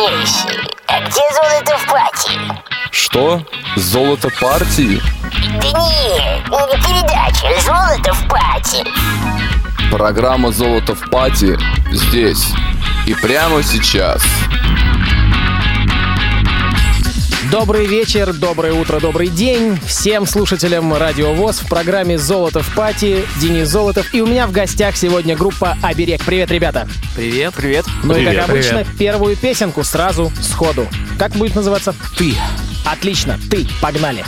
милейший, а где золото в пати? Что? Золото партии? Да нет, не передача «Золото в пати». Программа «Золото в пати» здесь и прямо сейчас. Добрый вечер, доброе утро, добрый день всем слушателям Радио ВОС в программе «Золото в пати». Денис Золотов. И у меня в гостях сегодня группа «Оберег». Привет, ребята. Привет. Привет. Ну Привет. и, как обычно, Привет. первую песенку сразу, сходу. Как будет называться? Ты. Отлично, «Ты». Погнали.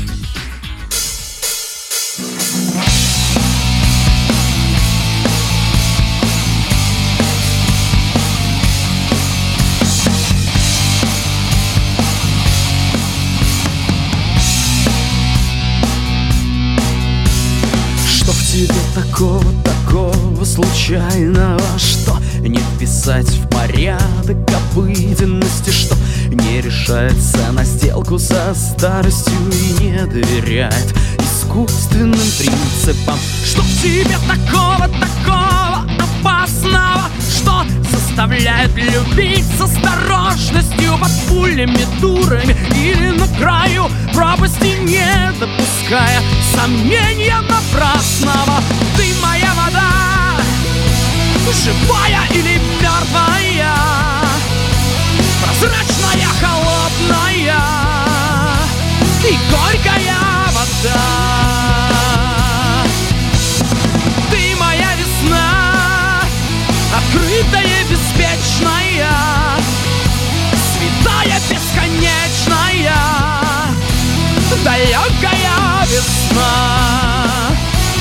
Что в тебе такого случайного, что не вписать в порядок обыденности, что не решается на сделку со старостью и не доверяет искусственным принципам? Что в тебе такого опасного, что заставляет любить с осторожностью, под пулями, дурами или на краю пропасти, не допуская сомнения напрасного? Ты моя вода, живая или мертвая, прозрачная, холодная и горькая вода. Ты моя весна, открытая, беспечная, святая, бесконечная, далекая весна.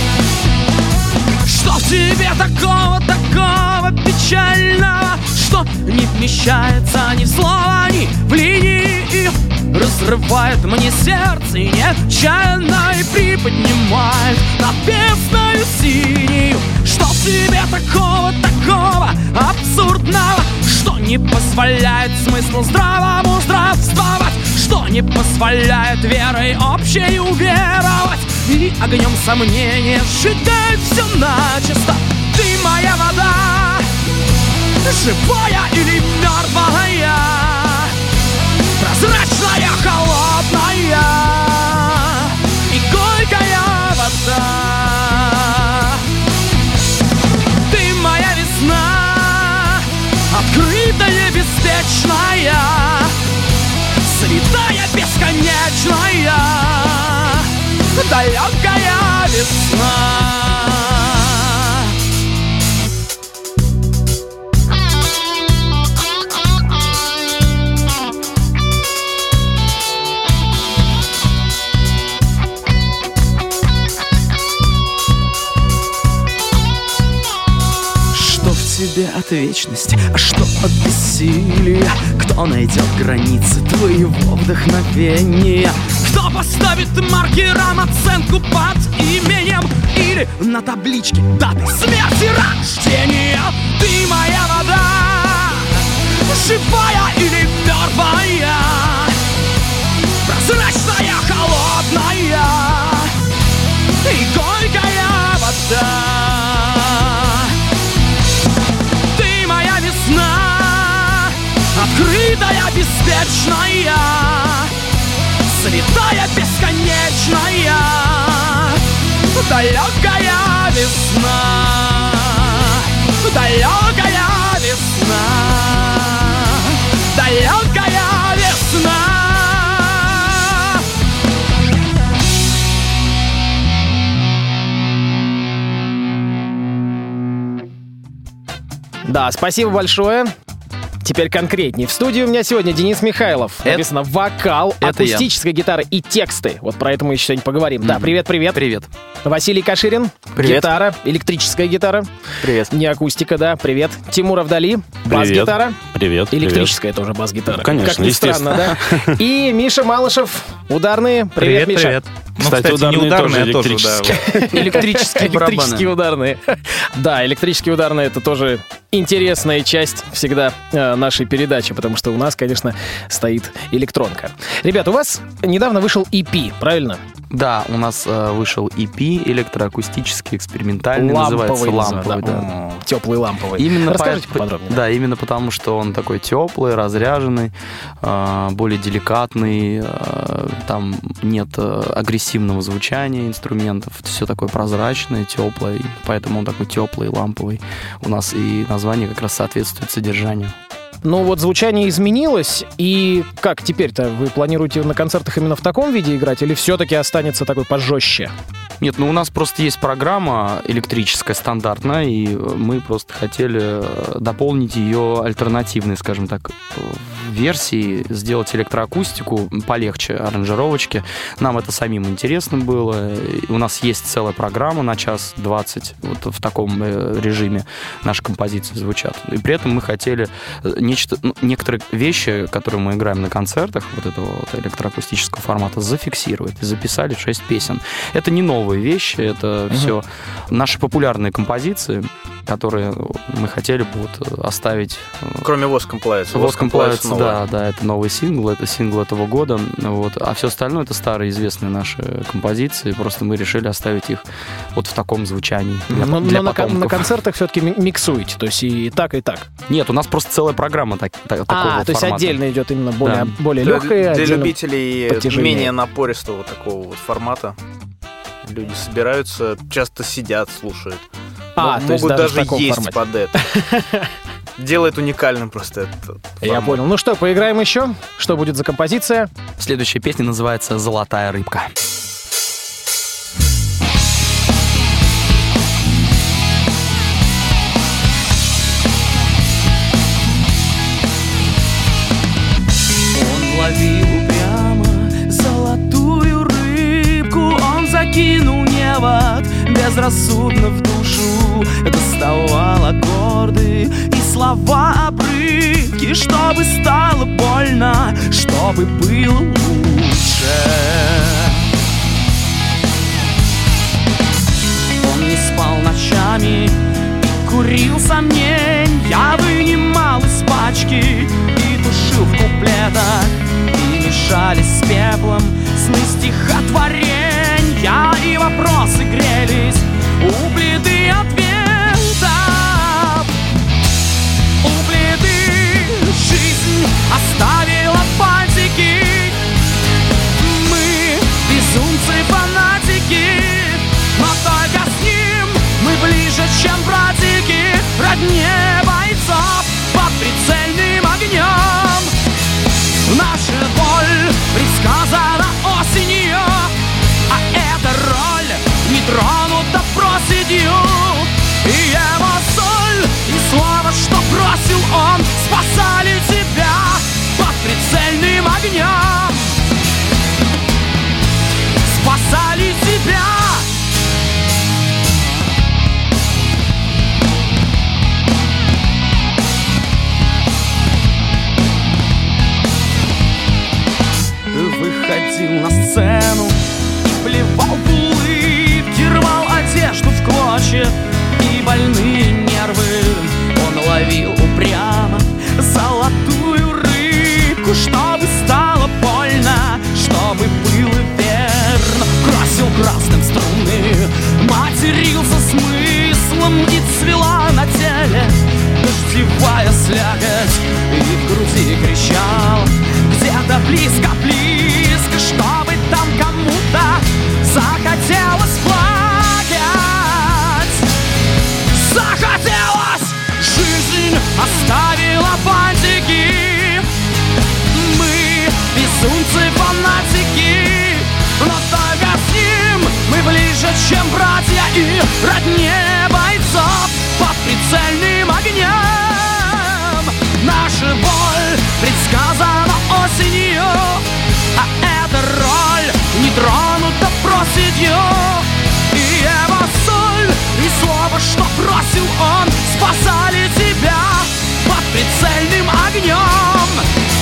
Что в тебе такого печального, что не вмещается ни в слово, ни в линии, разрывает мне сердце и нечаянно и приподнимает над бездною синюю? Что в тебе такого абсурдного, что не позволяет смыслу здравому здравствовать, что не позволяет верой общей уверовать и огнем сомнения сжигает все начисто? Ты моя вода, живая или мертвая, прозрачная, холодная и горькая вода. Ты моя весна, открытая, беспечная, святая, бесконечная, далекая весна. Тебе от вечности, а что от бессилия? Кто найдет границы твоего вдохновения? Кто поставит маркером оценку под именем или на табличке даты смерти, рождения? Ты моя вода, живая или мертвая, прозрачная, холодная и горькая вода. Открытая, беспечная, святая, бесконечная, далекая весна, далекая весна, далекая весна. Да, спасибо большое. Теперь конкретнее. В студии у меня сегодня Денис Михайлов. Написано вокал, акустическая гитара и тексты. Вот про это мы еще сегодня поговорим. Да, привет-привет. Привет. Василий Каширин. Привет. Гитара, электрическая гитара. Привет. Не акустика, да, привет. Тимур Авдали. Бас-гитара. Привет. Электрическая тоже бас-гитара. Конечно, как ни странно, да? И Миша Малышев. Ударные. Привет, Миша. Привет. Кстати, ударные не ударные, тоже а тоже, электрические. Электрические барабаны. Электрические ударные. Да, электрические ударные — это тоже интересная часть всегда нашей передачи, потому что у нас, конечно, стоит электронка. Ребят, у вас недавно вышел EP, правильно? Да, у нас вышел EP электроакустический, экспериментальный, называется «Ламповый». Да. теплый ламповый. Именно Расскажите поподробнее. Да, именно потому, что он такой теплый, разряженный, более деликатный, там нет агрессивного звучания инструментов, все такое прозрачное, теплое, и поэтому он такой теплый, ламповый. У нас и название как раз соответствует содержанию. Ну вот звучание изменилось, и как теперь-то? Вы планируете на концертах именно в таком виде играть, или все-таки останется такой пожестче? Нет, ну у нас просто есть программа электрическая, стандартная, и мы просто хотели дополнить ее альтернативной, скажем так, версией, сделать электроакустику полегче, аранжировочки. Нам это самим интересно было. У нас есть целая программа на 1:20, вот в таком режиме наши композиции звучат. И при этом мы хотели некоторые вещи, которые мы играем на концертах вот этого вот электроакустического формата, зафиксировать. Записали 6 песен. Это не новые вещи, это все наши популярные композиции, которые мы хотели бы вот оставить. Кроме «Воском плавится». «Воском плавится», да, это новый сингл, это сингл этого года. Вот. А все остальное — это старые известные наши композиции. Просто мы решили оставить их вот в таком звучании. Но на концертах все-таки миксуете, то есть и так, и так. Нет, у нас просто целая программа такого формата. То есть отдельно идет именно более легкая. Для любителей потяжелее. менее напористого такого вот формата. Люди собираются, часто сидят, слушают. Могут даже есть под это. Делает уникальным просто этот формат. Я понял. Ну что, поиграем еще? Что будет за композиция? Следующая песня называется «Золотая рыбка». Он ловил прямо золотую рыбку, он закинул невод безрассудно в душу, доставал аккорды и слова обрывки, чтобы стало больно, чтобы было лучше. Он не спал ночами и курил сомнения, вынимал из пачки и тушил в куплетах, и мешались с пеплом сны стихотворения, и вопросы грелись у плиты ответов. У плиты жизнь оставила фантики. Мы безумцы-фанатики, но только с ним мы ближе, чем братики, роднее бойцов под прицельным огнем. Наша боль предсказана осенью, а эта роль не тронута проседью. И его соль, и слово, что бросил он, спасали тебя под прицельным огнем. Спасали тебя. Выходил на сцену и плевал в улыбки, рвал одежду в клочья и больные нервы. Он ловил упрямо золотую рыбку, чтобы стало больно, чтобы было верно. Красил красным струны, матерился смыслом, и цвела на теле дождевая слякоть, и в груди кричал где-то близко-близко, чтобы там кому-то захотелось плакать. Захотелось! Жизнь оставила бантики. Мы безумцы-фанатики, но только с ним мы ближе, чем братья, и роднее бойцов под прицельным огнем. Наша боль предсказана осенью, а эта роль не тронута проседью. И его соль, и слово, что бросил он, спасали тебя под прицельным огнем.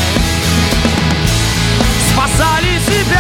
Спасали тебя.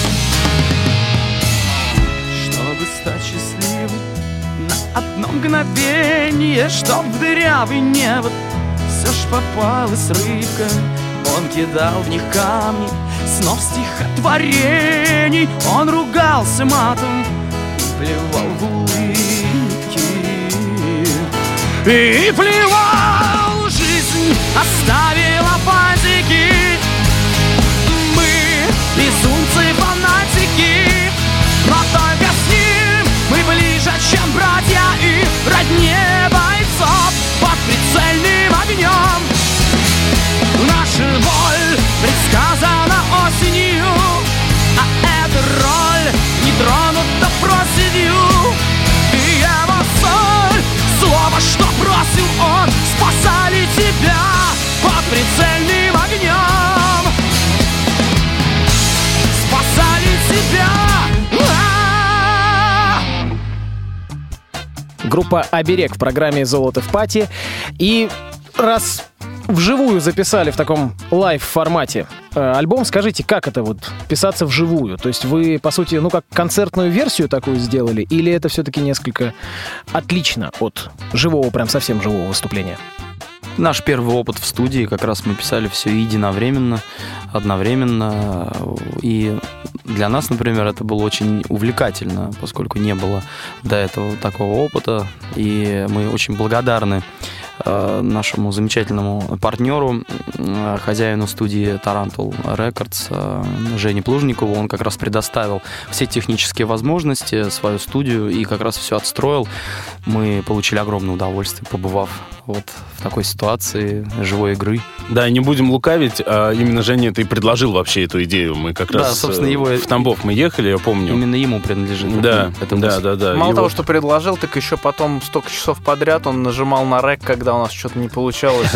Чтобы стать счастливым на одно мгновение, чтоб в дырявый невод все ж попалась рыбка. Он кидал в них камни снов стихотворений, он ругался матом и плевал в улыбки. и плевал. Жизнь оставила фантики. Мы безумцы, фанатики, но только с ним мы ближе, чем братья и роднее бойцов под прицельным огнем. Наша боль предсказана осенью, а эта роль не тронута проседью. И его соль, слово, что бросил он, спасали тебя под прицельным огнем. Спасали тебя. Группа «Оберег» в программе «Золото в пати». И раз вживую записали в таком лайв-формате альбом, скажите, как это вот писаться вживую? То есть вы, по сути, как концертную версию такую сделали, или это все-таки несколько отлично от живого, прям совсем живого выступления? Наш первый опыт в студии, как раз мы писали все единовременно, одновременно. И для нас, например, это было очень увлекательно, поскольку не было до этого такого опыта. И мы очень благодарны нашему замечательному партнеру, хозяину студии Tarantul Records, Жене Плужникову. Он как раз предоставил все технические возможности, свою студию, и как раз все отстроил. Мы получили огромное удовольствие, побывав вот в такой ситуации живой игры. Да, не будем лукавить, именно Женя ты предложил вообще эту идею. Мы как раз собственно, его... в Тамбов мы ехали, я помню. Именно ему принадлежит. Да. Мало того, что предложил, так еще потом столько часов подряд он нажимал на рек, когда у нас что-то не получалось.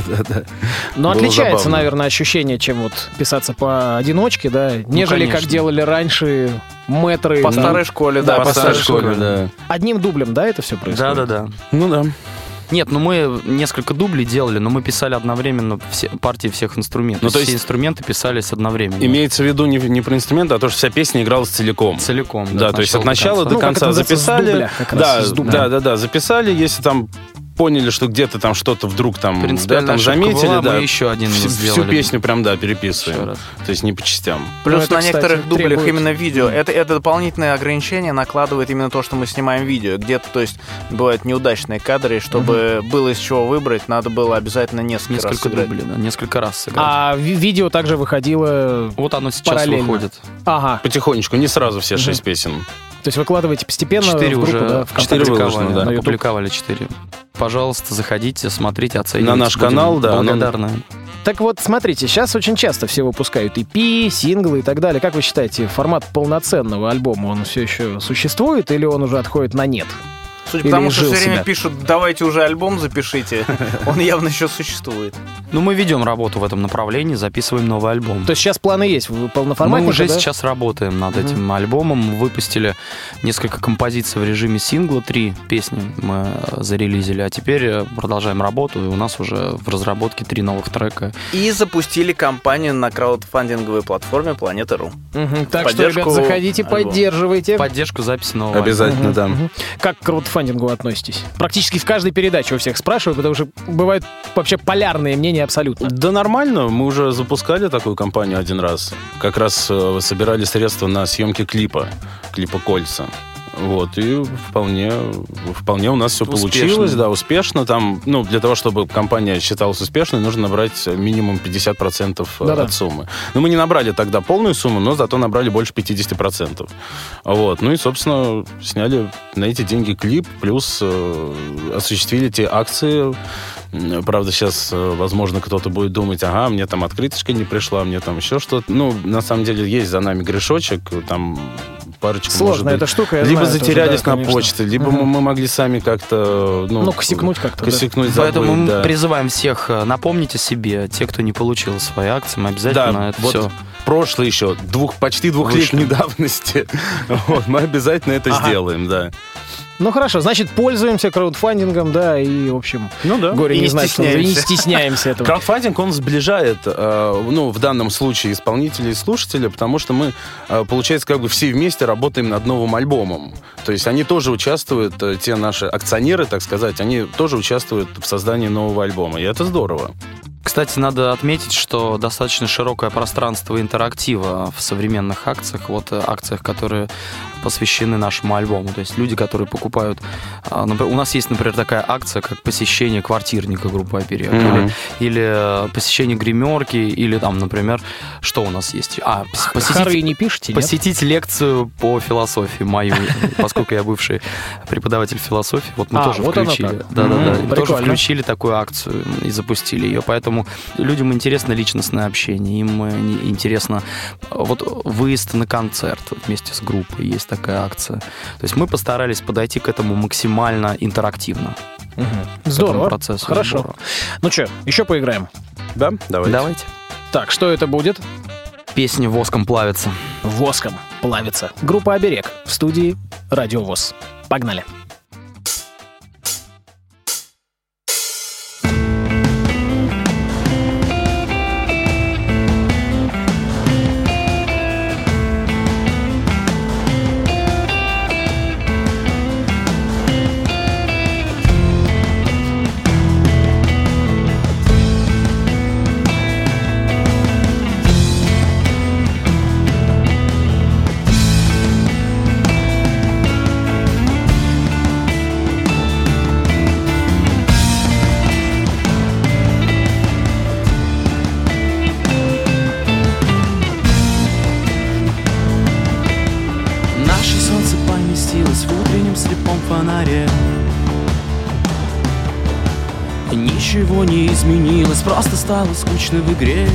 Но отличается, наверное, ощущение, чем вот писаться поодиночке, да, нежели как делали раньше мэтры. По старой школе, да. По старой школе, да. Одним дублем, да, это все происходит? Да. Ну да. Нет, мы несколько дублей делали, но мы писали одновременно все партии всех инструментов. То есть все инструменты писались одновременно. Имеется в виду не про инструменты, а то, что вся песня игралась целиком. Целиком, да. То есть от начала до конца записали. Да, записали, если там поняли, что где-то там что-то вдруг там, там заметили, мы еще один всю песню прям, переписываем. То есть не по частям. Плюс на некоторых дублях именно видео. Это дополнительное ограничение накладывает именно то, что мы снимаем видео. Где-то, то есть, бывают неудачные кадры, и чтобы было из чего выбрать, надо было обязательно несколько раз сыграть. Дублей, да, несколько раз сыграть. А видео также выходило вот оно сейчас выходит. Ага. Потихонечку, не сразу все 6 песен. То есть выкладываете постепенно 4 в группу, уже, да, в 4 выложено, да. Опубликовали 4. Пожалуйста, заходите, смотрите, оценивайте. На наш канал, да. Благодарны. Так вот, смотрите, сейчас очень часто все выпускают EP, синглы и так далее. Как вы считаете, формат полноценного альбома, он все еще существует или он уже отходит на нет? Судя по тому, что все время пишут, давайте уже альбом запишите, он явно еще существует. Ну, мы ведем работу в этом направлении, записываем новый альбом. То есть сейчас планы есть в полноформате? Мы уже сейчас работаем над этим альбомом. Выпустили несколько композиций в режиме сингла, 3 песни мы зарелизили, а теперь продолжаем работу, и у нас уже в разработке 3 новых трека. И запустили кампанию на краудфандинговой платформе Планета.ру. Так что, ребят, заходите, поддерживайте. Поддержку записи нового обязательно, альбома. да. Как к краудфандингу относитесь? Практически в каждой передаче у всех спрашиваю, потому что бывают вообще полярные мнения абсолютно. Да нормально, мы уже запускали такую кампанию один раз. Как раз собирали средства на съемки клипа «Кольца». Вот, и вполне у нас все получилось, да, успешно. Там, для того, чтобы компания считалась успешной, нужно набрать минимум 50% от суммы. Но мы не набрали тогда полную сумму, но зато набрали больше 50%. Вот, и, собственно, сняли на эти деньги клип, плюс осуществили те акции. Правда, сейчас, возможно, кто-то будет думать, мне там открыточка не пришла, мне там еще что-то. На самом деле, есть за нами грешочек, там парочку, сложная эта штука, я либо знаю, затерялись тоже, на почте, либо мы могли сами как-то... косякнуть как-то. Косякнуть, поэтому мы призываем всех, напомнить о себе, те, кто не получил свои акции, мы обязательно это все... Прошлый еще, почти двухлетней давности, мы обязательно это сделаем, да. Ну хорошо, значит, пользуемся краудфандингом, да, и, в общем, горе не знать, что не стесняемся этого. Краудфандинг, он сближает, в данном случае исполнителей и слушателей, потому что мы, получается, все вместе работаем над новым альбомом. То есть они тоже участвуют, те наши акционеры, так сказать, они тоже участвуют в создании нового альбома, и это здорово. Кстати, надо отметить, что достаточно широкое пространство интерактива в современных акциях, акциях, которые посвящены нашему альбому. То есть люди, которые покупают... у нас есть, например, такая акция, как посещение квартирника группы «Оберег», или посещение гримерки, или там, например, что у нас есть? Хоры не пишете, посетить лекцию по философии мою, поскольку я бывший преподаватель философии. Мы тоже включили. Да. Тоже включили такую акцию и запустили ее. Поэтому людям интересно личностное общение, им интересно выезд на концерт вместе с группой, есть такая акция. То есть мы постарались подойти к этому максимально интерактивно. Здорово, процессу. Хорошо. Здорово. Ну что, еще поиграем? Да, давайте. Так, что это будет? Песня «Воском плавится». «Воском плавится». Группа «Оберег» в студии «Радио ВОС». Погнали. Ничего не изменилось, просто стало скучно в игре.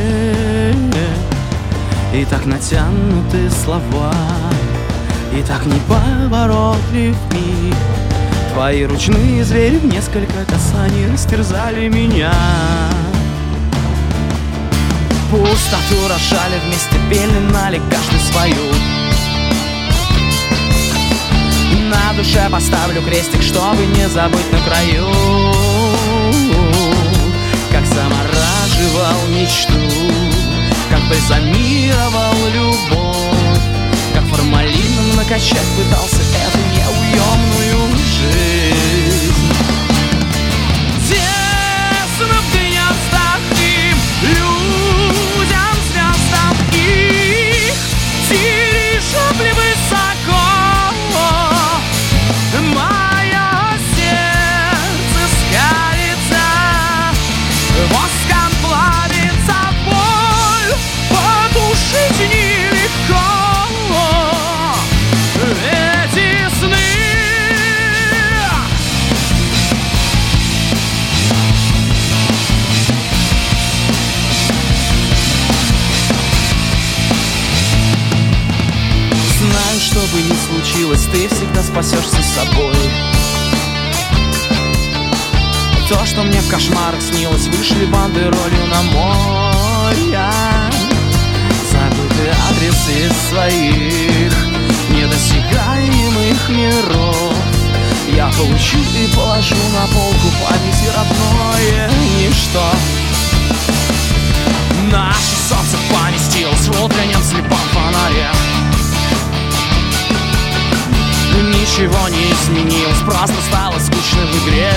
И так натянуты слова, и так неповоротлив миг. Твои ручные звери в несколько касаний растерзали меня. Пустоту рожали, вместе пеленали каждый свою. На душе поставлю крестик, чтобы не забыть на краю. Как замораживал мечту, как бальзамировал любовь, как формалином накачать пытался эту неуемную жизнь. Тесно в гнездах им, людям звездам их дирижабли высоко. Мое сердце скалится, воском плавится боль, потушить нелегко эти сны. Знаю, что бы ни случилось, ты всегда спасешься собой. То, что мне в кошмарах снилось, вышли бандеролью на море. Забытый адрес из своих недосягаемых миров я получу и положу на полку памяти родное ничто. Наше солнце поместилось в утреннем слепом фонаре. Ничего не изменилось, просто стало скучно в игре.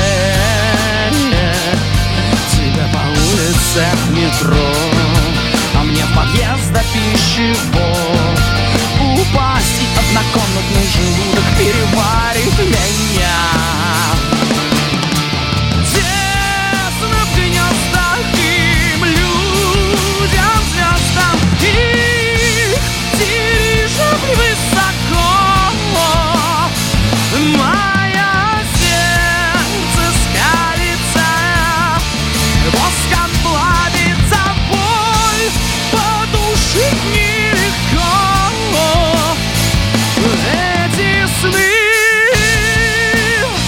Тебя по улице метро, а мне в подъезд до пищевод. Упасть и однокомнатный желудок переварит меня. Тесно в гнездах им, людям, звездам их дирижабли высоко. Мое сердце скалится, воском плавится боль, потушить нелегко эти сны.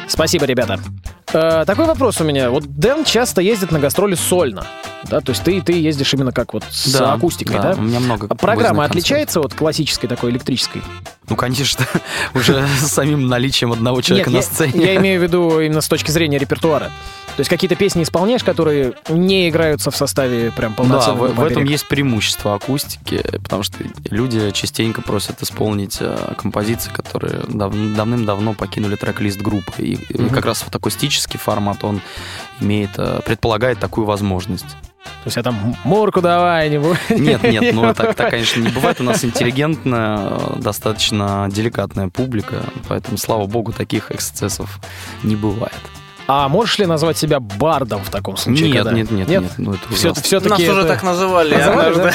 Спасибо, ребята. Такой вопрос у меня. Вот Дэн часто ездит на гастроли сольно. Да, то есть ты ездишь именно как вот с акустикой, да? У меня много. Программа отличается от классической такой электрической? Ну, конечно, уже самим наличием одного человека на сцене. Я имею в виду именно с точки зрения репертуара. То есть какие-то песни исполняешь, которые не играются в составе прям полноценного Да, в этом есть преимущество акустики, потому что люди частенько просят исполнить композиции, которые давным-давно покинули трек-лист группы. И как раз вот акустический формат, он предполагает такую возможность. То есть я там морку давай, не будет. Нет, ну так, конечно, не бывает. У нас интеллигентная, достаточно деликатная публика, поэтому, слава богу, таких эксцессов не бывает. А можешь ли назвать себя бардом в таком случае? Нет. Ну, Все-таки нас уже так называли однажды.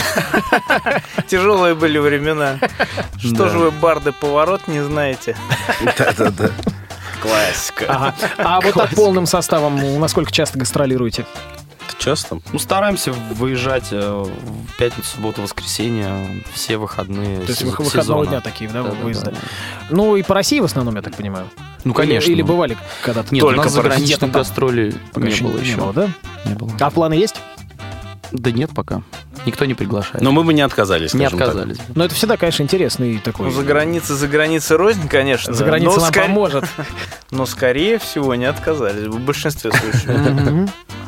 Тяжелые были времена. Что же вы, барды, поворот не знаете? Да. Классика. А вот так полным составом насколько часто гастролируете? Часто? Ну, стараемся выезжать в пятницу, субботу, воскресенье, все выходные. То есть выходного дня такие, да, выезды? Да. Ну, и по России в основном, я так понимаю. Ну, конечно. Или бывали когда-то? Нет, только у нас заграничных гастролей не было еще. Не было, да? Не было. А планы есть? Да нет пока. Никто не приглашает. Но мы бы не отказались, Не отказались. Но это всегда, конечно, интересный такой... За границей рознь, конечно. За границей нам поможет. Но, скорее всего, не отказались. В большинстве случаев.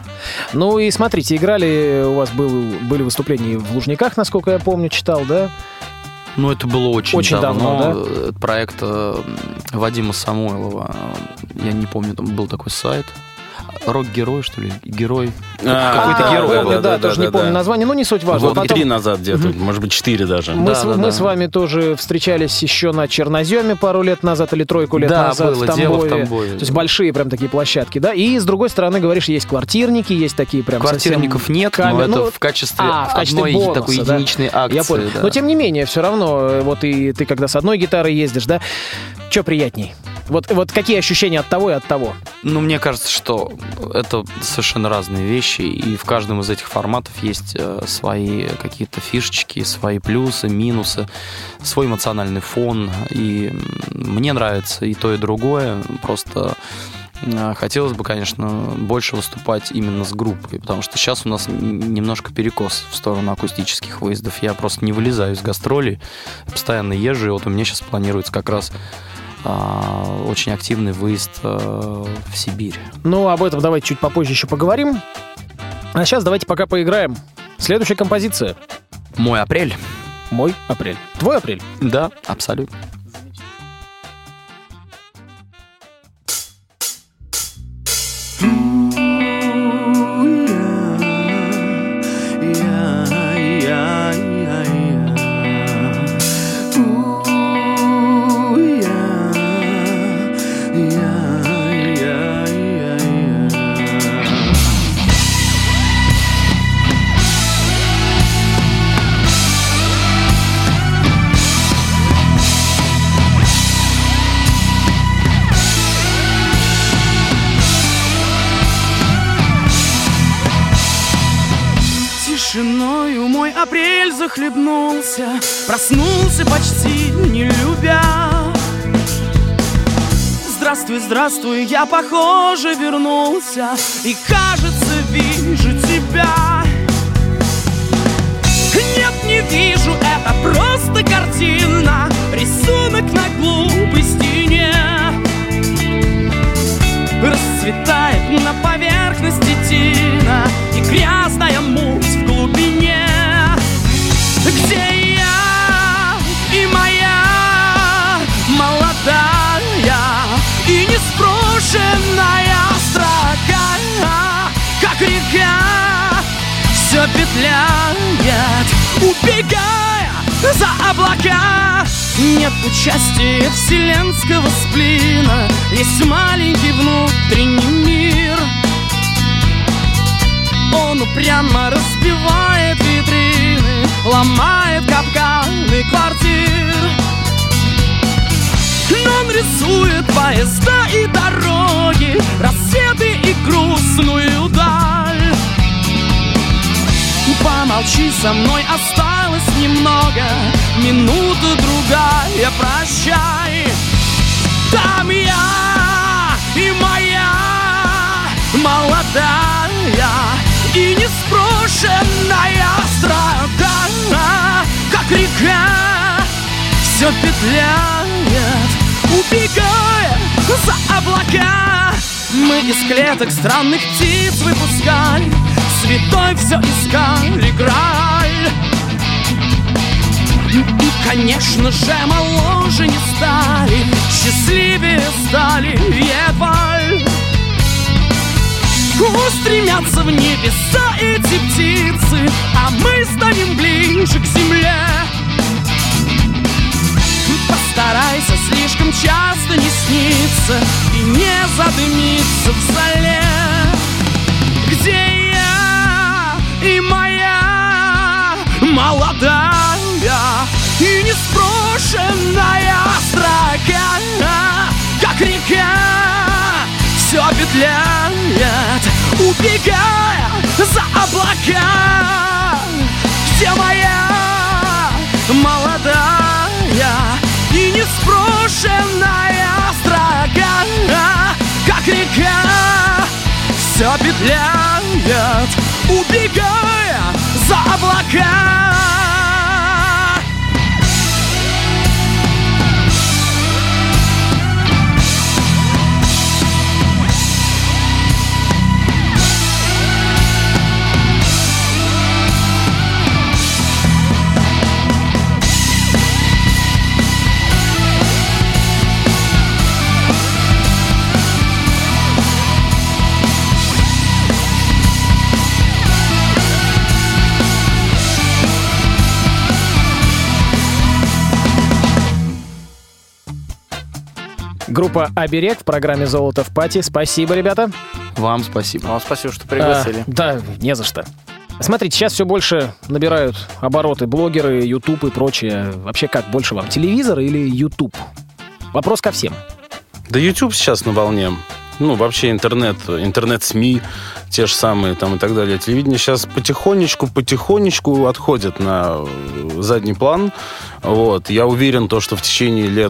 Ну и смотрите, играли, у вас были выступления в Лужниках, насколько я помню, читал, да? Ну, это было очень давно. Да? Проект Вадима Самойлова. Я не помню, там был такой сайт. Рок-герой, что ли? Герой. Какой-то герой был. Да, тоже не помню название, но не суть важно. Вот 3 назад где-то, может быть, 4 даже. Мы с вами тоже встречались еще на Черноземе пару лет назад или 3 лет назад было в Тамбове. дело в Тамбове. То есть большие прям такие площадки, да? И с другой стороны, говоришь, есть квартирники, есть такие прям Квартирников нет, но это в качестве одной бонуса, такой единичной акции. Я понял. Да. Но тем не менее, все равно, вот и ты когда с одной гитарой ездишь, да? Что приятней? Вот какие ощущения от того и от того? Ну, мне кажется, что это совершенно разные вещи, и в каждом из этих форматов есть свои какие-то фишечки, свои плюсы, минусы, свой эмоциональный фон, и мне нравится и то, и другое, просто хотелось бы, конечно, больше выступать именно с группой, потому что сейчас у нас немножко перекос в сторону акустических выездов, я просто не вылезаю из гастролей, постоянно езжу, и вот у меня сейчас планируется как раз очень активный выезд в Сибирь. Ну, об этом давайте чуть попозже еще поговорим. А сейчас давайте пока поиграем. Следующая композиция. «Мой апрель». «Мой апрель». Твой апрель? Да, абсолютно. Тишиною мой апрель захлебнулся, проснулся почти не любя. Здравствуй, здравствуй, я, похоже, вернулся, и, кажется, вижу тебя. Нет, не вижу, это просто картина, рисунок на глупой стене. Расцветает на поверхности тина и грязная муть в глубине. Где я и моя молодая и неспрошенная строка, как река все петляет, убегая за облака. Нет участия вселенского сплина, есть маленький внутренний мир. Он упрямо разбивает витрины, ломает капканы квартир. Он рисует поезда и дороги, рассветы и грустную даль. Помолчи со мной, осталось немного, минута другая, прощай. Там я и все петляет, убегая за облака. Мы из клеток странных птиц выпускали, святой все искали Грааль. И, конечно же, моложе не стали, счастливее стали едва ли. Устремятся в небеса эти птицы, а мы станем ближе к земле. Постарайся слишком часто не сниться и не задымиться в зале, где я и моя молодая и неспрошенная строка, как река, все петляет, убегая за облака, где моя молодая и неспрошенная строка, как река, все петляет, убегая за облака. Группа «Оберег» в программе «Золото в пати». Спасибо, ребята. Вам спасибо. Вам спасибо, что пригласили. Да, не за что. Смотрите, сейчас все больше набирают обороты блогеры, YouTube и прочее. Вообще, как больше вам, телевизор или YouTube? Вопрос ко всем. Да YouTube сейчас на волне. Ну, вообще интернет-СМИ, те же самые там и так далее. Телевидение сейчас потихонечку отходит на задний план. Вот. Я уверен, что в течение лет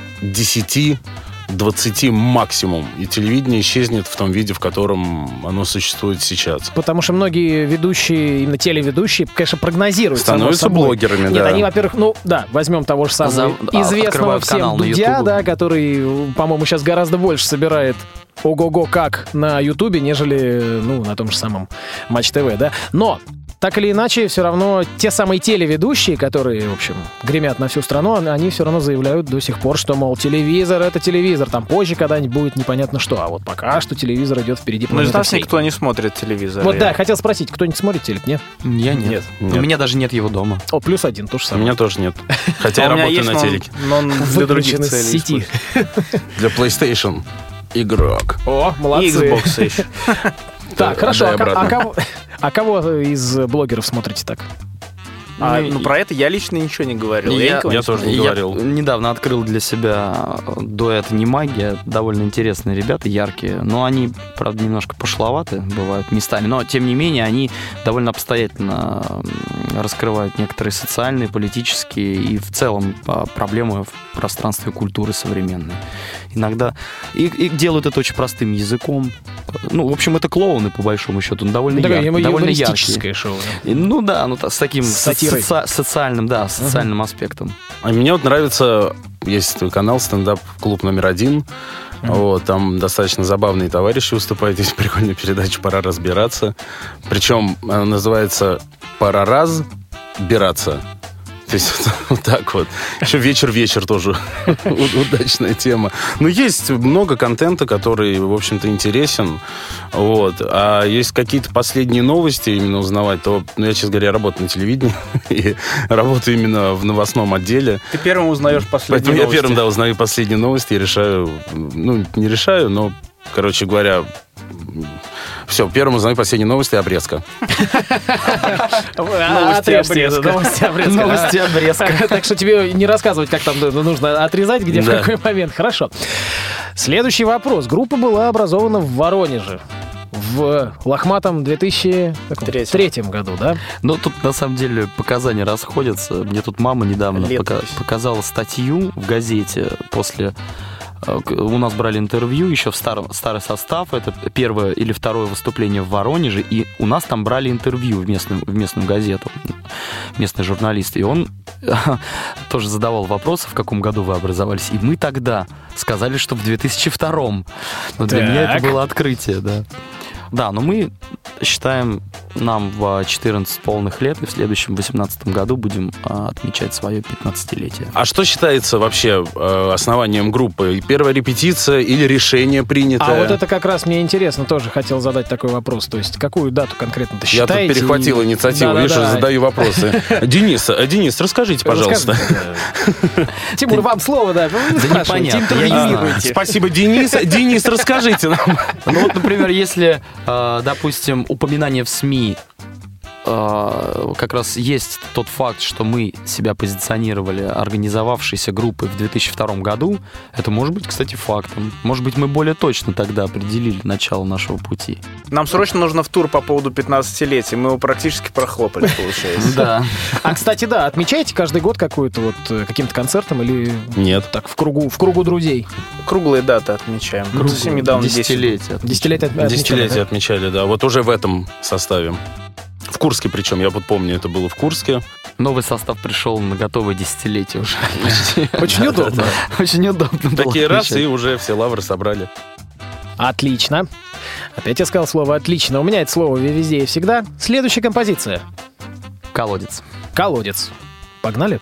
10-20 максимум, и телевидение исчезнет в том виде, в котором оно существует сейчас. Потому что многие ведущие, именно телеведущие, конечно, прогнозируют. Становятся блогерами, Нет, да. они, во-первых, возьмем того же самого известного всем Дудя, да, который, по-моему, сейчас гораздо больше собирает ого-го как на Ютубе, нежели, на том же самом Матч ТВ, да. Но так или иначе, все равно те самые телеведущие, которые, в общем, гремят на всю страну, они все равно заявляют до сих пор, что, мол, телевизор — это телевизор. Там позже когда-нибудь будет непонятно что. А вот пока что телевизор идет впереди планеты из нас всей. никто не смотрит телевизор. Вот да, хотел спросить, кто-нибудь смотрит телек, нет? Я нет. У меня даже нет его дома. О, +1, то же У самое. меня тоже нет. Хотя я работаю на телеке. Но он для других Выключен из целей. сети. Для PlayStation. Игрок. О, молодцы. И Xbox еще. Так, хорошо. Отдай обратно. А кого из блогеров смотрите так? Про это я лично ничего не говорил. Я никого не тоже не Я говорил. недавно открыл для себя дуэт «Не магия». Довольно интересные ребята, яркие. Но они, правда, немножко пошловаты бывают местами. Но, тем не менее, они довольно обстоятельно раскрывают некоторые социальные, политические и в целом проблемы в пространстве культуры современной. Иногда... И делают это очень простым языком. Ну, в общем, это клоуны, по большому счету. Довольно юмористическое яркие. шоу. С таким социальным аспектом. А мне нравится, есть канал «Стендап-клуб №1». Вот, там достаточно забавные товарищи выступают. Есть прикольная передача «Пора разбираться». Причем она называется «Пора разбираться». То есть вот так вот. Еще вечер тоже удачная тема. Но есть много контента, который, в общем-то, интересен. Вот. А есть какие-то последние новости именно узнавать, то, я, честно говоря, работаю на телевидении и работаю именно в новостном отделе. Ты первым узнаешь последние Поэтому новости. я первым, узнаю последние новости и решаю, не решаю, но, короче говоря, все, первым узнаю последние новости обрезка. Новости обрезка. Так что тебе не рассказывать, как там нужно отрезать, где в какой момент. Хорошо. Следующий вопрос. Группа была образована в Воронеже в лохматом 2003 году, да? Ну, тут, на самом деле, показания расходятся. Мне тут мама недавно показала статью в газете после У нас брали интервью еще в старый состав. Это первое или второе выступление в Воронеже. И у нас там брали интервью в местную газету. Местный журналист. И он тоже задавал вопросы, в каком году вы образовались. И мы тогда сказали, что в 2002-м. Но для меня это было открытие, да. Да, но мы считаем, нам в 14 полных лет, и в следующем 18 году будем отмечать свое 15-летие. А что считается вообще основанием группы? Первая репетиция или решение принятое? А вот это как раз мне интересно, тоже хотел задать такой вопрос. То есть какую дату конкретно-то считаете? Я тут перехватил инициативу, видишь, задаю вопросы. Денис, расскажите, пожалуйста. Тимур, вам слово, да? Непонятно. Спасибо, Денис. Денис, расскажите нам. Ну вот, например, если... допустим, упоминание в СМИ, как раз есть тот факт, что мы себя позиционировали организовавшейся группой в 2002 году. Это может быть, кстати, фактом. Может быть, мы более точно тогда определили начало нашего пути. Нам срочно нужно в тур по поводу 15-летия. Мы его практически прохлопали, получается. Да. А, кстати, да, отмечаете каждый год какую-то каким-то концертом или... Нет. Так, в кругу друзей? Круглые даты отмечаем. Совсем недавно 10-летие. Десятилетие отмечали, да. Вот уже в этом составе. В Курске причем, я вот помню, это было в Курске. Новый состав пришел на готовое десятилетие уже. Очень удобно. Очень удобно. Такие раз, и уже все лавры собрали. Отлично. Опять я сказал слово «отлично». У меня это слово везде и всегда. Следующая композиция. Колодец. Колодец. Погнали?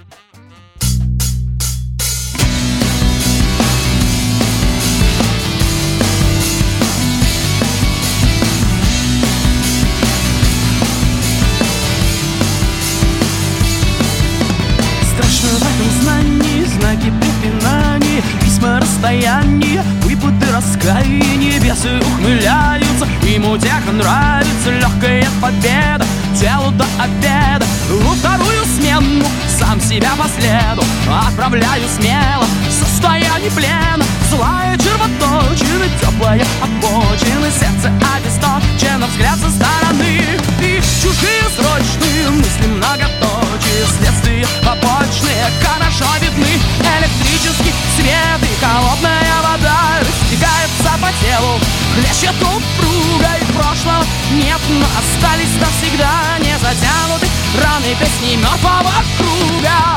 Знаки препинания, письма расстояния, выпады раскаяния, бесы ухмыляются, им у тех нравится легкая победа, телу до обеда. Во вторую смену сам себя по следу отправляю смело в состояние плена. Злая червоточина, теплая обочина, сердце обесточено, взгляд со стороны. И чужие срочные мысли многоточие, следствия побочные хорошо видны. Электрический свет и холодная вода растекается по телу, хлещет упругой прошлого нет, но остались навсегда не затянуты раны песни мертвого круга.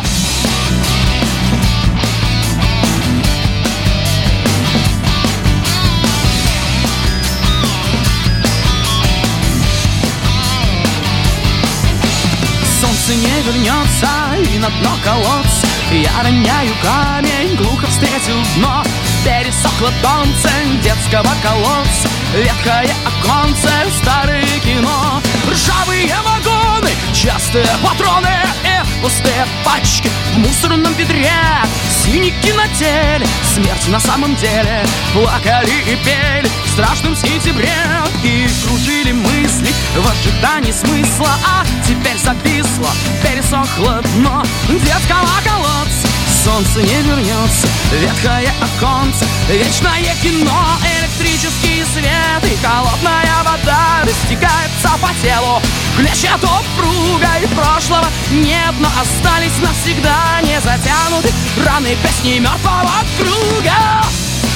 Солнце не вернется и на дно колодца я роняю камень, глухо встретил дно. Пересохло донце детского колодца, ветхое оконце, старое кино. Ржавые вагоны, частые патроны и пустые пачки в мусорном ведре. Синяки на теле, смерть на самом деле. Плакали и пели в страшном сентябре. И кружили мысли в ожидании смысла, а теперь зависло, пересохло дно детского колодца. Солнце не вернется, ветхое оконце, вечное кино, электрический свет и холодная вода растекается по телу, хлещет упругой прошлого нет, но остались навсегда не затянуты раны песни мертвого круга.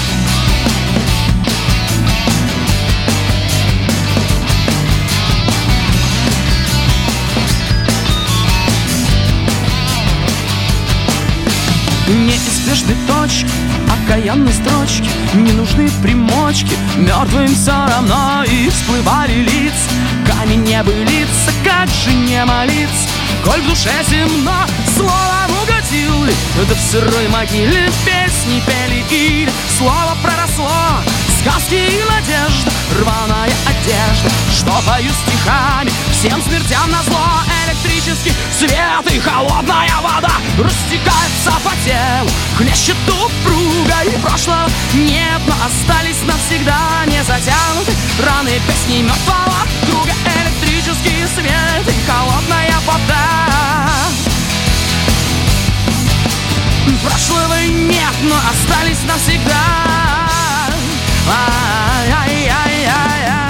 Неизбежны точки, окаянные строчки, не нужны примочки, мертвым все равно и всплывали лица. Камень небылица, как же не молиться, коль в душе темно, словом угодил ли, да в сырой могиле песни пели или слово проросло. Сказки и надежда, рваная одежда, что пою стихами всем смертям назло. Электрический свет и холодная вода растекается по телу, хлещет упругой прошлого нет, но остались навсегда не затянуты раны песни мертвого круга. Электрический свет и холодная вода. Прошлого нет, но остались навсегда. Ай-яй-яй-яй-яй.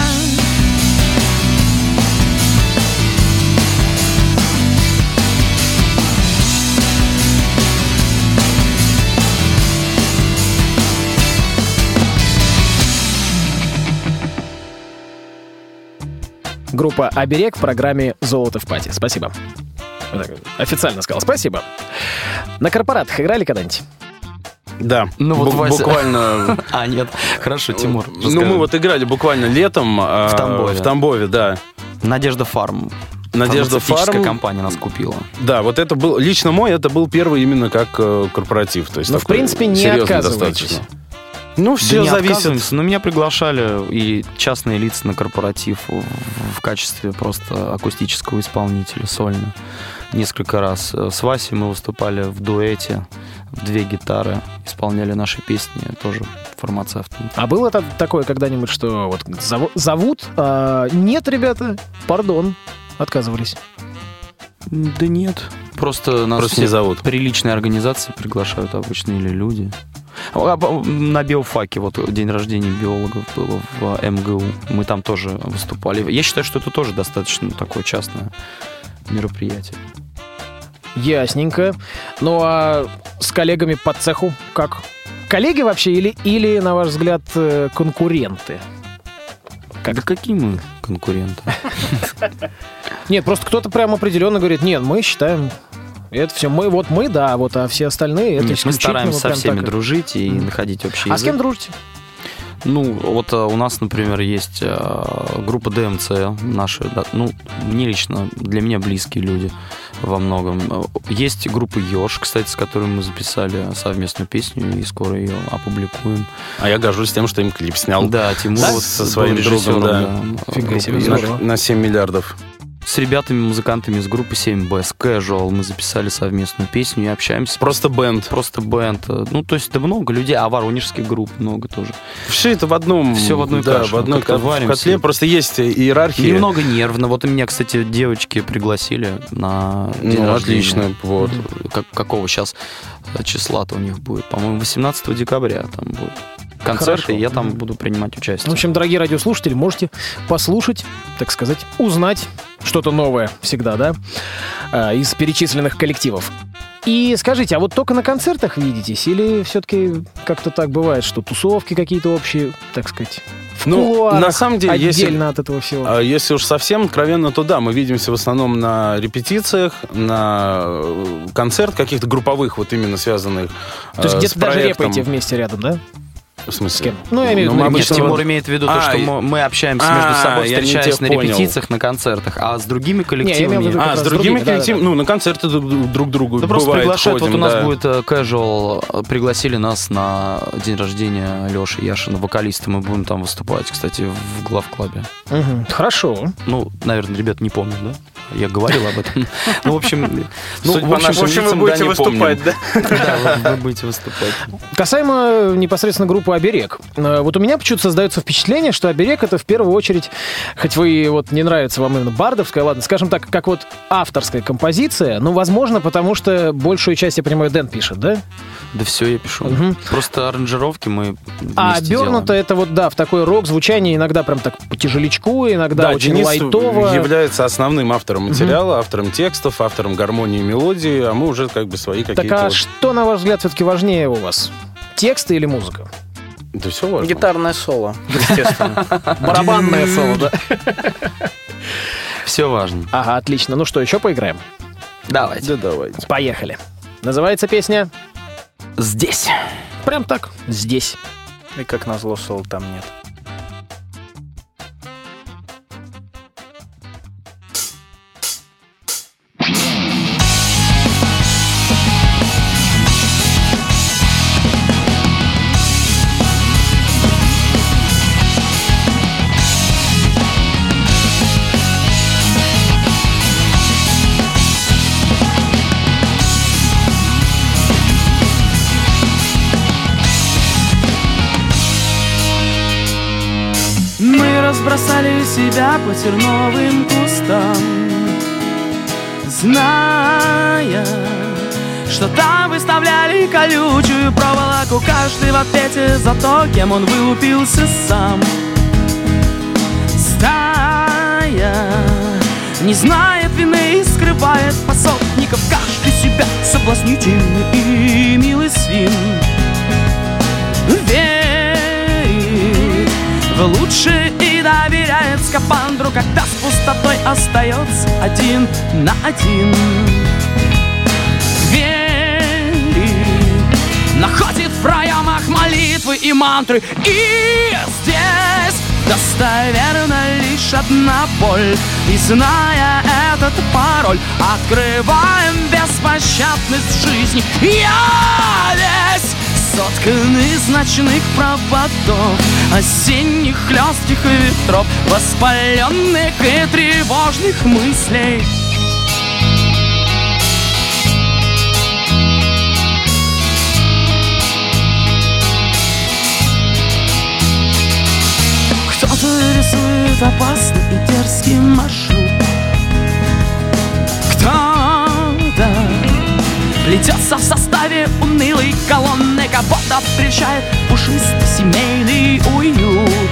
группа «Оберег» в программе «Золото в пати». Спасибо. Официально сказал спасибо. На корпоратах играли когда-нибудь? Да, Ну, вот Вася- буквально... Нет. Хорошо, Тимур. Ну, мы вот играли буквально летом в Тамбове, да. Надежда Фарм. Надежда Фармацевтическая Фарм. компания нас купила. Да, вот это был... Лично мой, это был первый именно как корпоратив. То есть Ну, в такой принципе, не серьезный отказываетесь. достаточно. Ну, Да все не зависит. отказываемся, но меня приглашали и частные лица на корпоратив в качестве просто акустического исполнителя сольно. Несколько раз. С Васей мы выступали в дуэте, в 2 гитары, исполняли наши песни, тоже фармацевтом. А было такое когда-нибудь, что вот зовут, а нет, ребята, пардон, отказывались? Да нет. Просто нас Просто все не зовут. приличные организации приглашают обычные или люди. На биофаке, вот день рождения биологов было в МГУ. Мы там тоже выступали. Я считаю, что это тоже достаточно такое частное мероприятие. Ясненько. Ну, а с коллегами по цеху как? Коллеги вообще или на ваш взгляд, конкуренты? Да какие мы конкуренты? Нет, просто кто-то прям определенно говорит, нет, мы считаем... Это все мы, да, вот, а все остальные, это Нет, мы исключительно стараемся со прям всеми так. дружить и находить общий язык. А с кем дружите? Ну, вот у нас, например, есть группа ДМЦ, наши, ну, мне лично, для меня близкие люди во многом. Есть группа Ёж, кстати, с которой мы записали совместную песню и скоро ее опубликуем. А я горжусь тем, что им клип снял. Да, Тимур Да? вот Со своим другом, да. Фига себе, группы здорово. На 7 миллиардов. С ребятами, музыкантами из группы 7B, с Casual мы записали совместную песню и общаемся. Просто бэнд. Просто бэнд. Ну, то есть, да много людей, а воронежских групп много тоже. Все это в одном... Всё в одной да, каше. в одной Как-то в варимся. котле. Просто есть иерархия. Немного нервно. Вот меня, кстати, девочки пригласили на день Ну, рождения. отлично. Вот. Какого сейчас числа-то у них будет? По-моему, 18 декабря там будет концерт, Хорошо. и я там буду принимать участие. В общем, дорогие радиослушатели, можете послушать, так сказать, узнать что-то новое всегда, да, из перечисленных коллективов. И скажите, а вот только на концертах видитесь? Или все-таки как-то так бывает, что тусовки какие-то общие, так сказать, в кулуарах, на самом деле, отдельно от этого всего? Если уж совсем откровенно, то да, мы видимся в основном на репетициях, на концерт каких-то групповых, вот именно связанных То есть с где-то даже проектом. репаете вместе рядом, да? В С смысле? кем? Ну, я имею в виду, мы на Нет, обычно- Тимур имеет в виду то, что мы общаемся между собой, я не встречаясь тебя на понял. репетициях, на концертах, а с другими Не, я имел в коллективами... виду- как А, раз с другими другими, да, коллективами, да. ну, на концерты друг другу Да просто бывает приглашают. ходим, Вот у нас да. будет Casual. Пригласили нас на день рождения Леши Яшина, вокалиста. Мы будем там выступать, кстати, в главклабе. Мгм. Хорошо. Ну, наверное, ребят не помнят, да? Я говорил об этом. Ну, в общем... Судя по нашим В общем, вы лицам, будете да, не выступать, помним. да? Да, вы будете выступать. Касаемо непосредственно группы «Оберег». Вот у меня почему-то создается впечатление, что «Оберег» — это в первую очередь, хоть вы вот не нравится вам именно бардовская, ладно, скажем так, как вот авторская композиция, ну, возможно, потому что большую часть, я понимаю, Дэн пишет, да? Да все, я пишу. Мгм. Просто аранжировки мы А вместе обернуто делаем. это вот, да, в такой рок-звучание, иногда прям так по тяжелячку, иногда Да, очень Денис лайтово. является основным автором материала, автором текстов, автором гармонии и мелодии, а мы уже как бы свои Так какие-то... а вот- что, на ваш взгляд, все-таки важнее у вас? Тексты или музыка? Да все важно. Гитарное соло, естественно. Барабанное соло, да? Все важно. Ага, отлично. Ну что, еще поиграем? Давайте. Да давайте. Поехали. Называется песня Здесь. прям так, здесь. И как назло, соло там нет. Мы разбросали себя по терновым кустам, зная, что там выставляли колючую проволоку. Каждый в ответе за то, кем он вылупился сам. Стая не знает вины и скрывает пособников. Каждый себя соблазнительный и милый свин. Верит в лучшее и доверяет скафандру, когда пустотой остается один на один. Двери находит в проемах молитвы и мантры. И здесь достоверна лишь одна боль. И зная этот пароль, открываем беспощадность жизни. Я весь соткан из ночных проводов, осенних хлестких ветров, воспаленных и тревожных мыслей. Кто-то рисует опасный и дерзкий маршрут, кто-то плетется в составе унылой колонны, кого-то встречает пушистый семейный уют.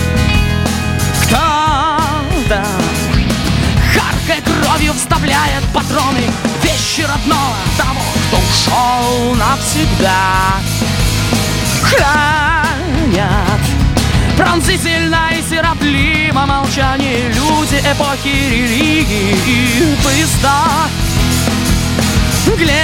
Кто-то харкой кровью вставляет патроны, вещи родного того, кто ушел навсегда. Хранят пронзительно и сиропливо молчание люди эпохи религии и поезда. Глядят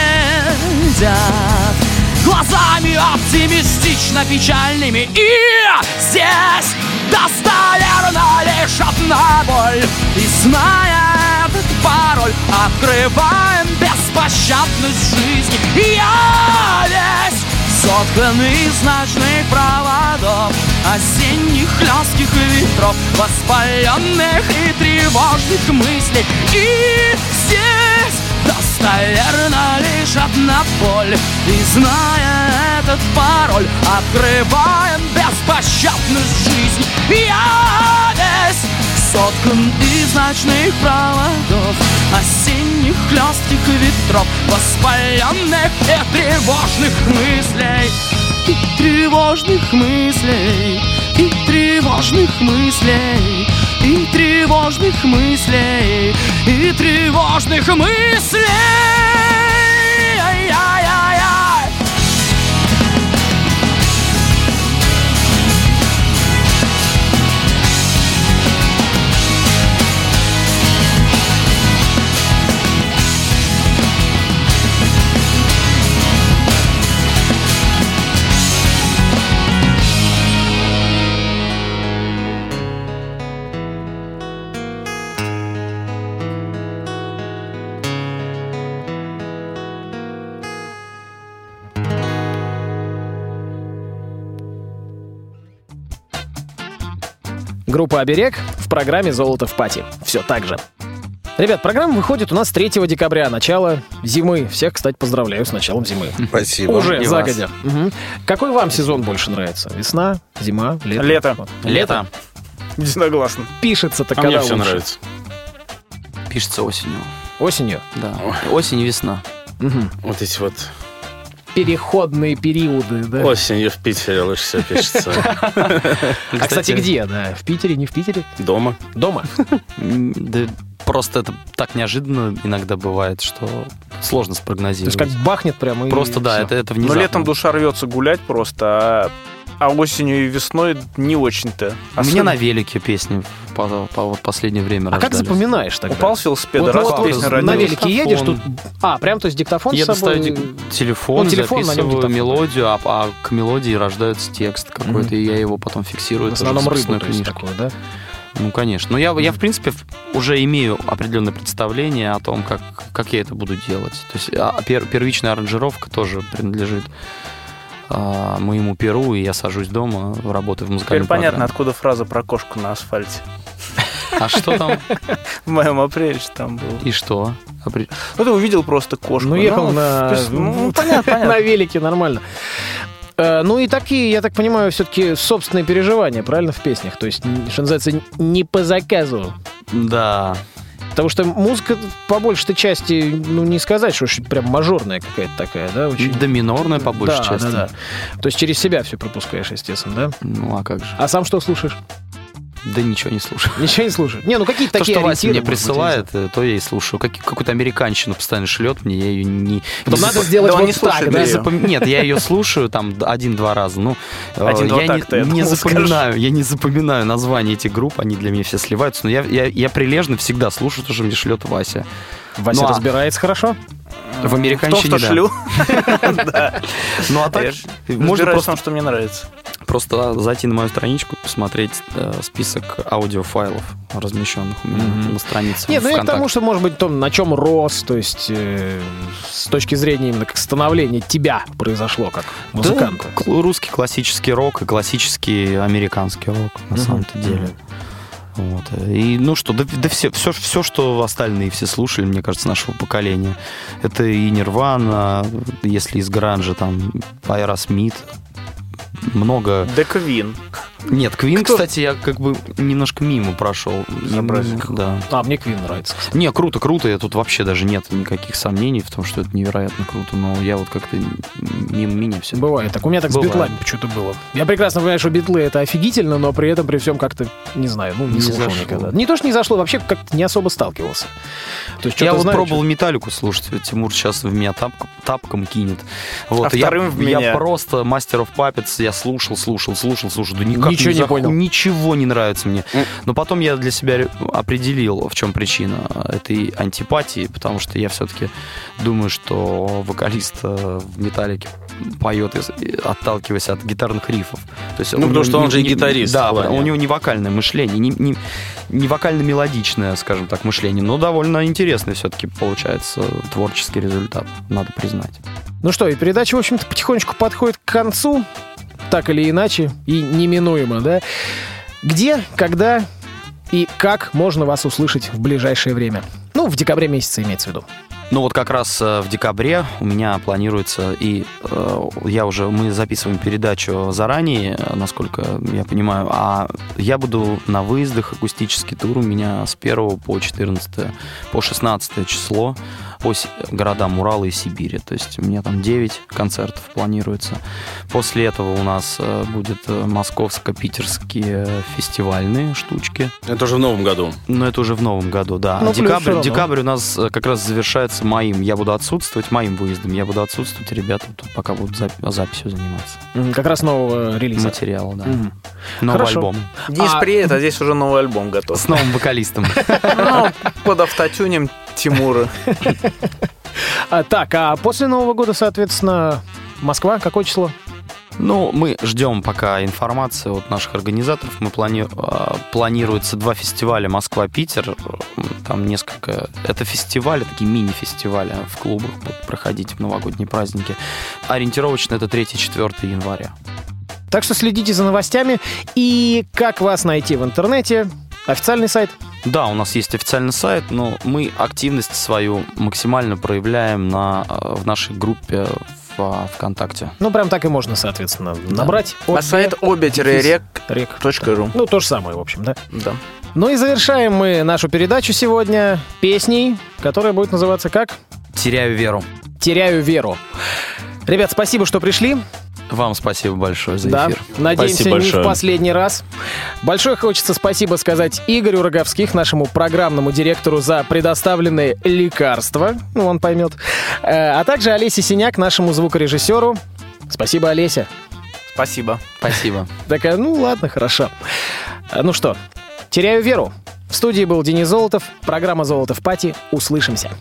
глазами оптимистично печальными. И здесь достоверна лишь одна боль. И зная этот пароль, открываем беспощадность жизни. Я весь соткан из ночных проводов, осенних хлестких ветров, воспаленных и тревожных мыслей. И здесь достоверна лишь одна боль. И зная этот пароль, открываем беспощадность жизни. Я весь соткан из ночных проводов, осенних хлестких ветров, воспаленных и тревожных мыслей. И тревожных мыслей, и тревожных мыслей, и тревожных мыслей, и тревожных мыслей. Ай-яй-яй-яй. Группа «Оберег» в программе «Золото в пати». Все так же. Ребят, программа выходит у нас 3 декабря, начало зимы. Всех, кстати, поздравляю с началом зимы. Спасибо. Уже загодя. Угу. Какой вам сезон больше нравится? Весна, зима, лето? Лето. Вот. Лето. Единогласно. Пишется-то А когда мне все лучше? нравится. Пишется осенью. Осенью? Да. Осень и весна. Угу. Вот эти вот Переходные периоды, да? осенью в Питере лучше всего пишется. А, кстати, где, да? В Питере, не в Питере? Дома. Дома? Да просто это так неожиданно иногда бывает, что сложно То спрогнозировать. есть как бахнет прямо и Просто да, всё. это Но внезапно. летом душа рвется гулять просто, а осенью и весной не очень-то. У меня на велике песни по вот последнее время А как рождались. запоминаешь тогда? Упал с велосипеда, Вот, раз вот, песня на родилась. велике едешь, тут... Прям, то есть диктофон Я с собой... достаю телефон, Ну, телефон, на нем записываю диктофон. мелодию, а к мелодии рождается текст какой-то, и я его потом фиксирую. В тоже основном в рыбу, записной то есть, книжке. такое, да? Ну, конечно. Но я в принципе, уже имею определенное представление о том, как я это буду делать. То есть первичная аранжировка тоже принадлежит моему перу, и я сажусь дома, работаю в музыкальной Теперь понятно, программе. откуда фраза про кошку на асфальте. А что там? В моем апреле там было. И что? Ну, ты увидел просто кошку. Ну, ехал Понятно. на велике, нормально. Ну и такие, я так понимаю, все-таки собственные переживания, правильно, в песнях? То есть, что называется, не по заказу. Да. Потому что музыка по большей части, ну не сказать, что уж прям мажорная какая-то такая, да? Очень... Да минорная по большей Да, части. да. То есть через себя все пропускаешь, естественно, да? Ну, а как же? А сам что слушаешь? Да ничего не слушаю. Ничего не слушаю. Не, ну какие-то То, такие что Вася ориентиры, мне присылает, то я и слушаю. Какую-то американщину постоянно шлет мне, я ее не... Потом надо сделать Да он вот не так, слушает да? её. Нет, я ее слушаю там 1-2 раза. Ну, Один-два я такта, я не думал, запоминаю, я не запоминаю названия этих групп, они для меня все сливаются. Но я прилежно всегда слушаю то, что мне шлет Вася. Вася Ну, а разбирается хорошо. В В том, американщине, что да. шлю. Ну, а так, Я можно разбираюсь в просто том, что мне нравится. Просто зайти на мою страничку и посмотреть список аудиофайлов, размещенных у меня на странице Нет, ну я к ВКонтакте. тому, что, может быть, то, на чем рос, то есть с точки зрения именно как становления тебя произошло как музыканта. Да, русский классический рок и классический американский рок, на самом-то деле. Вот. И ну что, все, что остальные все слушали, мне кажется, нашего поколения. Это и Нирвана, если из гранжа, там, Аэросмит, много... The Queen. Нет, Квин, кстати, я как бы немножко мимо прошел. Да. А, мне Квин нравится, кстати. Не, круто. Я тут вообще даже нет никаких сомнений в том, что это невероятно круто. Но я вот как-то мимо меня все. Бывает. Так у меня так с битлами почему-то было. Я прекрасно понимаю, что битлы это офигительно, но при этом, при всем как-то, не знаю, ну, не слушал зашло. никогда. Не то, что не зашло, вообще как-то не особо сталкивался. То есть, Я что-то вот знаю, пробовал Металлику слушать. Тимур сейчас в меня тапком кинет. Вот. А вторым в меня. Я просто Master of Puppets, я слушал. Да никак Ничего не понял. Ничего не нравится мне. Но потом я для себя определил, в чем причина этой антипатии, потому что я все-таки думаю, что вокалист в Металлике поет, отталкиваясь от гитарных рифов. То есть потому что он же и гитарист. Да, у него не вокальное мышление, не вокально-мелодичное, скажем так, мышление, но довольно интересный все-таки получается творческий результат, надо признать. Ну что, и передача, в общем-то, потихонечку подходит к концу, так или иначе, и неминуемо, да? Где, когда и как можно вас услышать в ближайшее время? Ну, в декабре месяце имеется в виду. Ну вот как раз в декабре у меня планируется, и мы записываем передачу заранее, насколько я понимаю, а я буду на выездах, акустический тур у меня с 1 по 14, по 16 число по городам Урала и Сибири. То есть у меня там 9 концертов планируется. После этого у нас будет московско-питерские фестивальные штучки. Это уже в новом году. Но это уже в новом году, да. Ну, Декабрь у нас как раз завершается моим. Я буду отсутствовать, моим выездом. Я буду отсутствовать, ребята тут пока будут записью заниматься. Как раз нового релиза. Материала, да. Хорошо. Новый альбом. Денис приедет, а здесь уже новый альбом готов. С новым вокалистом. Ну, под автотюнем Тимура. Так, а после Нового года, соответственно, Москва, какое число? Ну, мы ждем пока информации от наших организаторов. Планируется 2 фестиваля Москва-Питер. Там несколько... Это фестивали, такие мини-фестивали в клубах будут проходить в новогодние праздники. Ориентировочно это 3-4 января. Так что следите за новостями. И как вас найти в интернете? Официальный сайт? Да, у нас есть официальный сайт, но мы активность свою максимально проявляем в нашей группе ВКонтакте. Ну, прям так и можно, соответственно, набрать. А сайт obе-rec.ru. Ну, то же самое, в общем, да? Да. Ну и завершаем мы нашу передачу сегодня песней, которая будет называться как? «Теряю веру». «Теряю веру». Ребят, спасибо, что пришли. Вам спасибо большое за эфир. Надеемся, Спасибо не большое. в последний раз. Большое хочется спасибо сказать Игорю Роговских, нашему программному директору, за предоставленные лекарства. Ну, он поймет. А также Олесе Синяк, нашему звукорежиссеру. Спасибо, Олеся. Спасибо. Спасибо. Такая, ну ладно, хорошо. Ну что, теряю веру. В студии был Денис Золотов. Программа «Золотов Пати». Услышимся.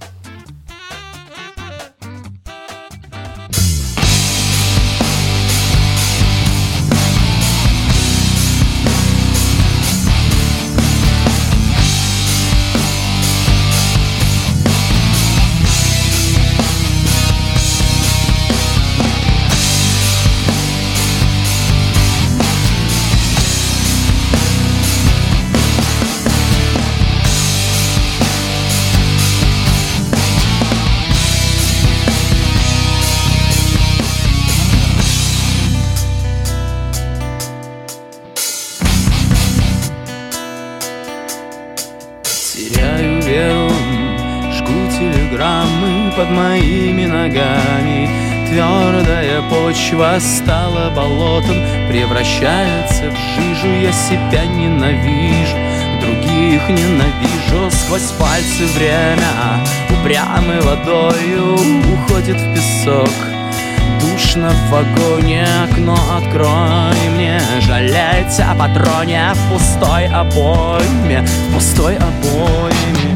Теряю веру, жгу телеграммы под моими ногами. Твердая Серая почва стала болотом, превращается в жижу. Я себя ненавижу, других ненавижу. Сквозь пальцы время упрямой водою уходит в песок. Душно в вагоне, окно открой мне. Жалеете о патроне в пустой обойме, в пустой обойме.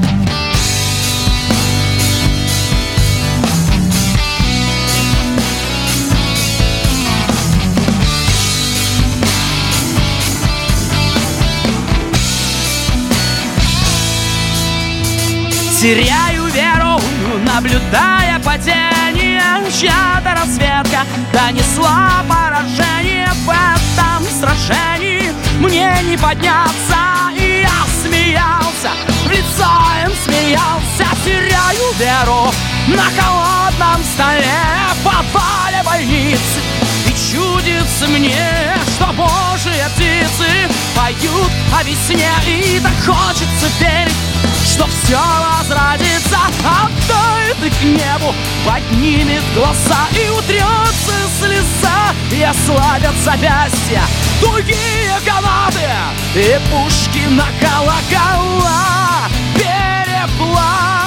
Теряю веру, наблюдая падение. Чья-то разведка донесла поражение. В этом сражении мне не подняться. И я смеялся, в лицо им смеялся. Теряю веру на холодном столе в подвале больницы. И чудится мне, что божьи птицы поют о весне. И так хочется верить, что все возродится. Отдает к небу, поднимет глаза и утрется слеза. И ослабят запястья тугие канаты и пушки на колокола. Переплавь